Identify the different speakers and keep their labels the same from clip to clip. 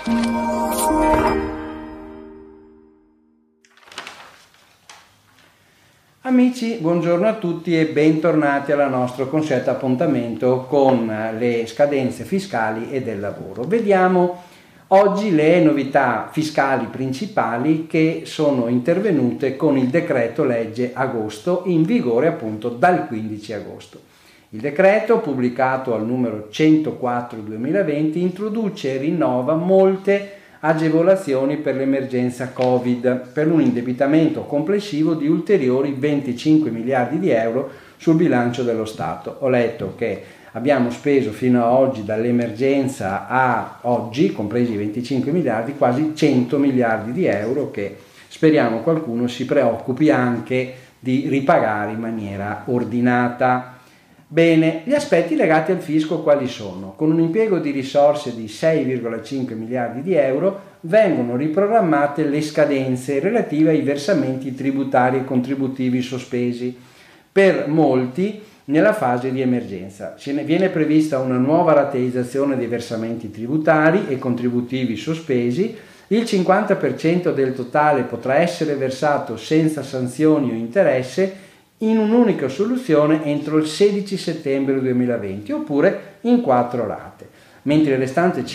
Speaker 1: Amici, buongiorno a tutti e bentornati al nostro consueto appuntamento con le scadenze fiscali e del lavoro. Vediamo oggi le novità fiscali principali che sono intervenute con il decreto legge agosto, in vigore appunto dal 15 agosto. Il decreto, pubblicato al numero 104/2020, introduce e rinnova molte agevolazioni per l'emergenza Covid, per un indebitamento complessivo di ulteriori 25 miliardi di euro sul bilancio dello Stato. Ho letto che abbiamo speso fino a oggi, dall'emergenza a oggi, compresi i 25 miliardi, quasi 100 miliardi di euro che speriamo qualcuno si preoccupi anche di ripagare in maniera ordinata. Bene, gli aspetti legati al fisco quali sono? Con un impiego di risorse di 6,5 miliardi di euro vengono riprogrammate le scadenze relative ai versamenti tributari e contributivi sospesi per molti nella fase di emergenza. Viene prevista una nuova rateizzazione dei versamenti tributari e contributivi sospesi. Il 50% del totale potrà essere versato senza sanzioni o interesse in un'unica soluzione entro il 16 settembre 2020 oppure in 4 rate, mentre il restante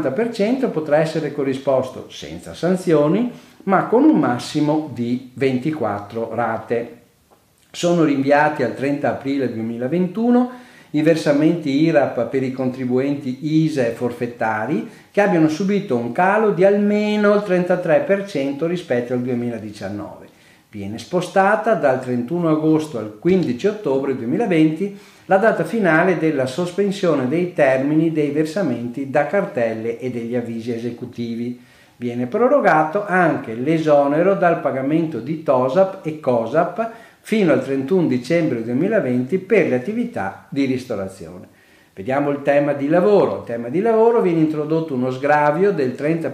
Speaker 1: 50% potrà essere corrisposto senza sanzioni ma con un massimo di 24 rate. Sono rinviati al 30 aprile 2021 i versamenti IRAP per i contribuenti ISEE forfettari che abbiano subito un calo di almeno il 33% rispetto al 2019. Viene spostata dal 31 agosto al 15 ottobre 2020 la data finale della sospensione dei termini dei versamenti da cartelle e degli avvisi esecutivi. Viene prorogato anche l'esonero dal pagamento di TOSAP e COSAP fino al 31 dicembre 2020 per le attività di ristorazione. Vediamo il tema di lavoro. Il tema di lavoro: viene introdotto uno sgravio del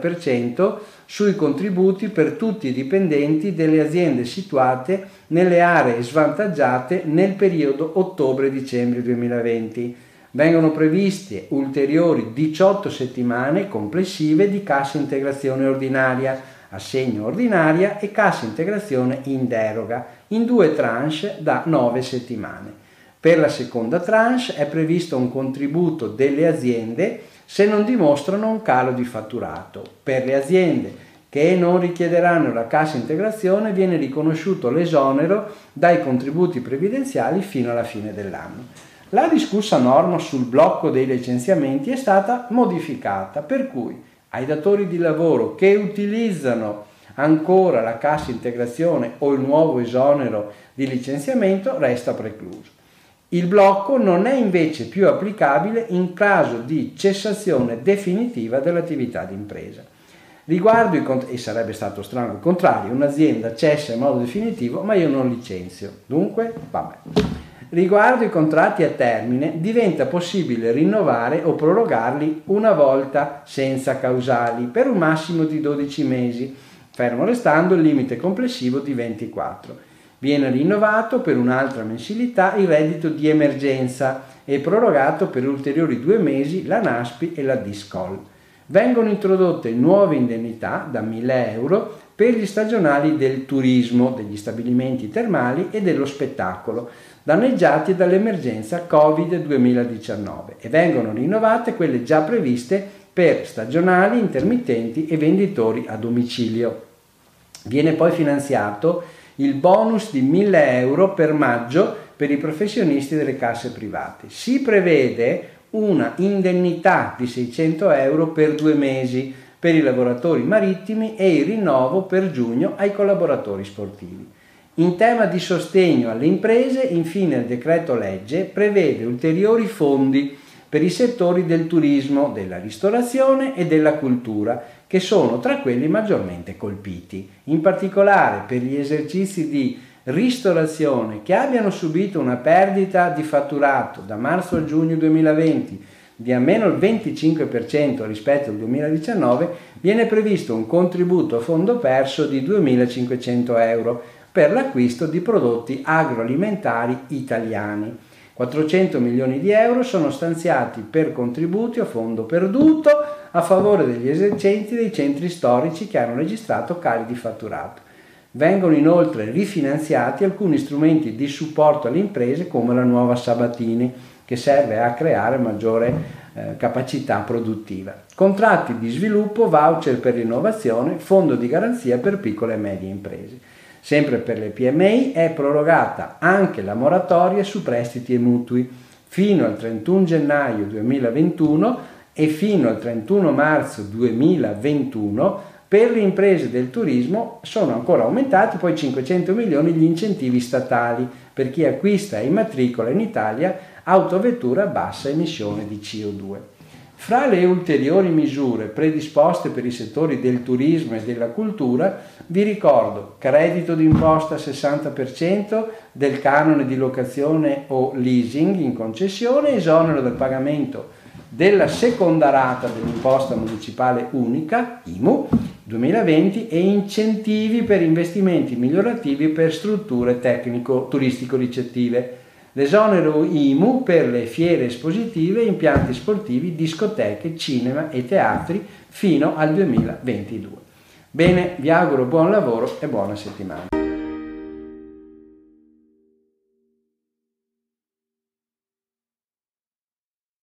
Speaker 1: 30% sui contributi per tutti i dipendenti delle aziende situate nelle aree svantaggiate nel periodo ottobre-dicembre 2020. Vengono previste ulteriori 18 settimane complessive di cassa integrazione ordinaria, assegno ordinaria e cassa integrazione in deroga, in 2 tranche da 9 settimane. Per la seconda tranche è previsto un contributo delle aziende se non dimostrano un calo di fatturato. Per le aziende che non richiederanno la cassa integrazione viene riconosciuto l'esonero dai contributi previdenziali fino alla fine dell'anno. La discussa norma sul blocco dei licenziamenti è stata modificata, per cui ai datori di lavoro che utilizzano ancora la cassa integrazione o il nuovo esonero di licenziamento resta precluso. Il blocco non è invece più applicabile in caso di cessazione definitiva dell'attività di impresa. E sarebbe stato strano il contrario, un'azienda cessa in modo definitivo ma io non licenzio, dunque vabbè. Riguardo i contratti a termine diventa possibile rinnovare o prorogarli una volta senza causali per un massimo di 12 mesi, fermo restando il limite complessivo di 24. Viene rinnovato per un'altra mensilità il reddito di emergenza e prorogato per ulteriori 2 mesi la NASPI e la DISCOL. Vengono introdotte nuove indennità da 1.000 euro per gli stagionali del turismo, degli stabilimenti termali e dello spettacolo, danneggiati dall'emergenza Covid-2019 e vengono rinnovate quelle già previste per stagionali, intermittenti e venditori a domicilio. Viene poi finanziato il bonus di 1.000 euro per maggio per i professionisti delle casse private. Si prevede una indennità di 600 euro per 2 mesi per i lavoratori marittimi e il rinnovo per giugno ai collaboratori sportivi. In tema di sostegno alle imprese, infine, il decreto legge prevede ulteriori fondi per i settori del turismo, della ristorazione e della cultura, che sono tra quelli maggiormente colpiti. In particolare per gli esercizi di ristorazione che abbiano subito una perdita di fatturato da marzo a giugno 2020 di almeno il 25% rispetto al 2019, viene previsto un contributo a fondo perso di 2.500 euro per l'acquisto di prodotti agroalimentari italiani. 400 milioni di euro sono stanziati per contributi a fondo perduto a favore degli esercenti dei centri storici che hanno registrato cali di fatturato. Vengono inoltre rifinanziati alcuni strumenti di supporto alle imprese come la nuova Sabatini, che serve a creare maggiore capacità produttiva. Contratti di sviluppo, voucher per l'innovazione, fondo di garanzia per piccole e medie imprese. Sempre per le PMI è prorogata anche la moratoria su prestiti e mutui fino al 31 gennaio 2021 e fino al 31 marzo 2021. Per le imprese del turismo sono ancora aumentati poi 500 milioni gli incentivi statali per chi acquista e immatricola in Italia autovetture a bassa emissione di CO2. Fra le ulteriori misure predisposte per i settori del turismo e della cultura vi ricordo credito d'imposta al 60% del canone di locazione o leasing in concessione, esonero del pagamento della seconda rata dell'imposta municipale unica, IMU, 2020 e incentivi per investimenti migliorativi per strutture tecnico-turistico-ricettive. L'esonero IMU per le fiere espositive, impianti sportivi, discoteche, cinema e teatri fino al 2022. Bene, vi auguro buon lavoro e buona settimana.